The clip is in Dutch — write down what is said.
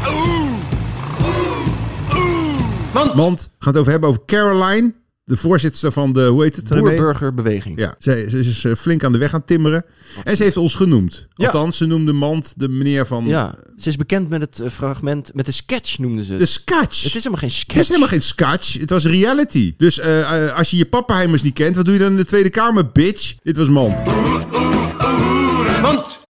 Mand. We gaan het over hebben over Caroline. De voorzitter van de, hoe heet het? Boerburgerbeweging. Ja, ze is flink aan de weg aan het timmeren. En ze heeft ons genoemd. Ja. Althans, ze noemde Mand de meneer van... Ja, ze is bekend met het fragment, met de sketch noemden ze het. De sketch. Het is helemaal geen sketch. Het is helemaal geen sketch. Het was reality. Dus als je Pappenheimers niet kent, wat doe je dan in de Tweede Kamer, bitch? Dit was Mand.